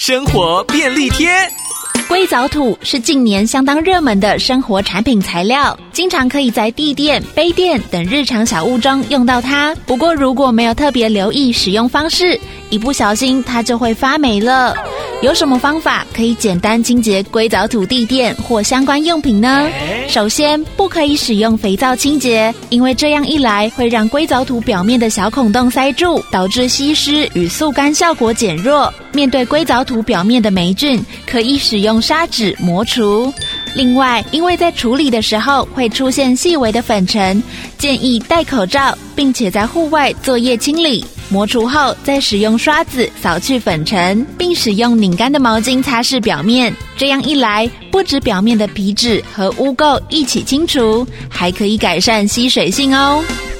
生活便利贴。 硅藻土是近年相当热门的生活产品材料，经常可以在地垫、杯垫等日常小物中用到它。不过如果没有特别留意使用方式，一不小心它就会发霉了。有什么方法可以简单清洁硅藻土地垫或相关用品呢？首先，不可以使用肥皂清洁，因为这样一来会让硅藻土表面的小孔洞塞住，导致吸湿与速干效果减弱。面对硅藻土表面的霉菌，可以使用砂纸磨除。另外，因为在处理的时候会出现细微的粉尘，建议戴口罩，并且在户外作业清理。磨除后，再使用刷子扫去粉尘，并使用拧干的毛巾擦拭表面。这样一来，不止表面的皮脂和污垢一起清除，还可以改善吸水性哦。